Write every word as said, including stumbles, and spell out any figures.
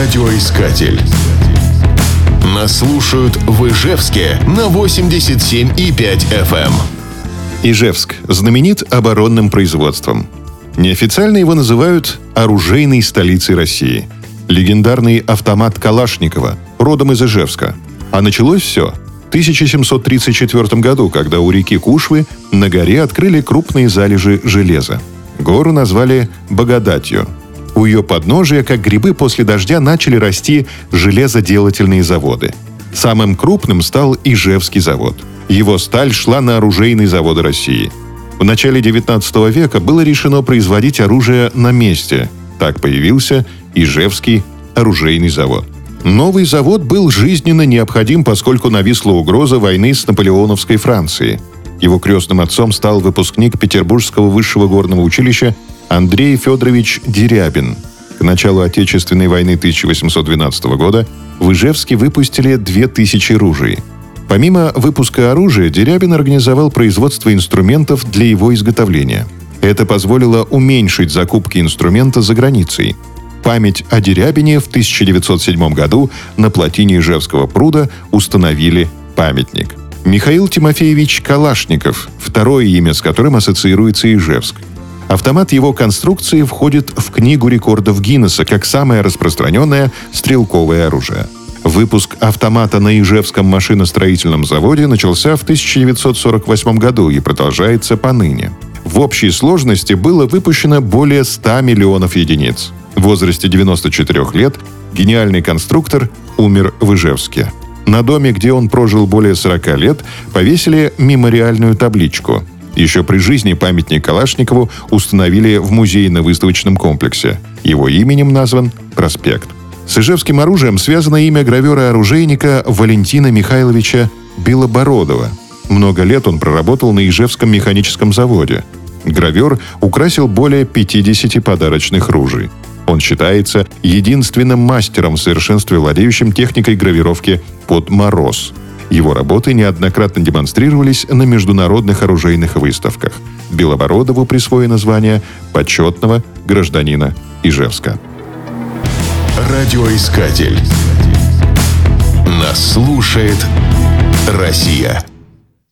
Радиоискатель. Нас слушают в Ижевске на восемьдесят семь и пять эф эм. Ижевск знаменит оборонным производством. Неофициально его называют оружейной столицей России. Легендарный автомат Калашникова, родом из Ижевска. А началось все в тысяча семьсот тридцать четвёртом году, когда у реки Кушвы на горе открыли крупные залежи железа. Гору назвали Благодатью. У ее подножия, как грибы после дождя, начали расти железоделательные заводы. Самым крупным стал Ижевский завод. Его сталь шла на оружейные заводы России. В начале девятнадцатого века было решено производить оружие на месте. Так появился Ижевский оружейный завод. Новый завод был жизненно необходим, поскольку нависла угроза войны с наполеоновской Францией. Его крестным отцом стал выпускник Петербургского высшего горного училища Андрей Федорович Дерябин. К началу Отечественной войны тысяча восемьсот двенадцатого года в Ижевске выпустили две тысячи ружей. Помимо выпуска оружия, Дерябин организовал производство инструментов для его изготовления. Это позволило уменьшить закупки инструмента за границей. Память о Дерябине в тысяча девятьсот седьмом году на плотине Ижевского пруда установили памятник. Михаил Тимофеевич Калашников – второе имя, с которым ассоциируется Ижевск. Автомат его конструкции входит в Книгу рекордов Гиннесса как самое распространенное стрелковое оружие. Выпуск автомата на Ижевском машиностроительном заводе начался в тысяча девятьсот сорок восьмом году и продолжается поныне. В общей сложности было выпущено более ста миллионов единиц. В возрасте девяноста четырёх лет гениальный конструктор умер в Ижевске. На доме, где он прожил более сорока лет, повесили мемориальную табличку. Еще при жизни памятник Калашникову установили в музейно-выставочном комплексе. Его именем назван проспект. С ижевским оружием связано имя гравера-оружейника Валентина Михайловича Белобородова. Много лет он проработал на Ижевском механическом заводе. Гравер украсил более пятидесяти подарочных ружей. Он считается единственным мастером в совершенстве, владеющим техникой гравировки под мороз. Его работы неоднократно демонстрировались на международных оружейных выставках. Белобородову присвоено звание почетного гражданина Ижевска. Радиоискатель. Нас слушает Россия.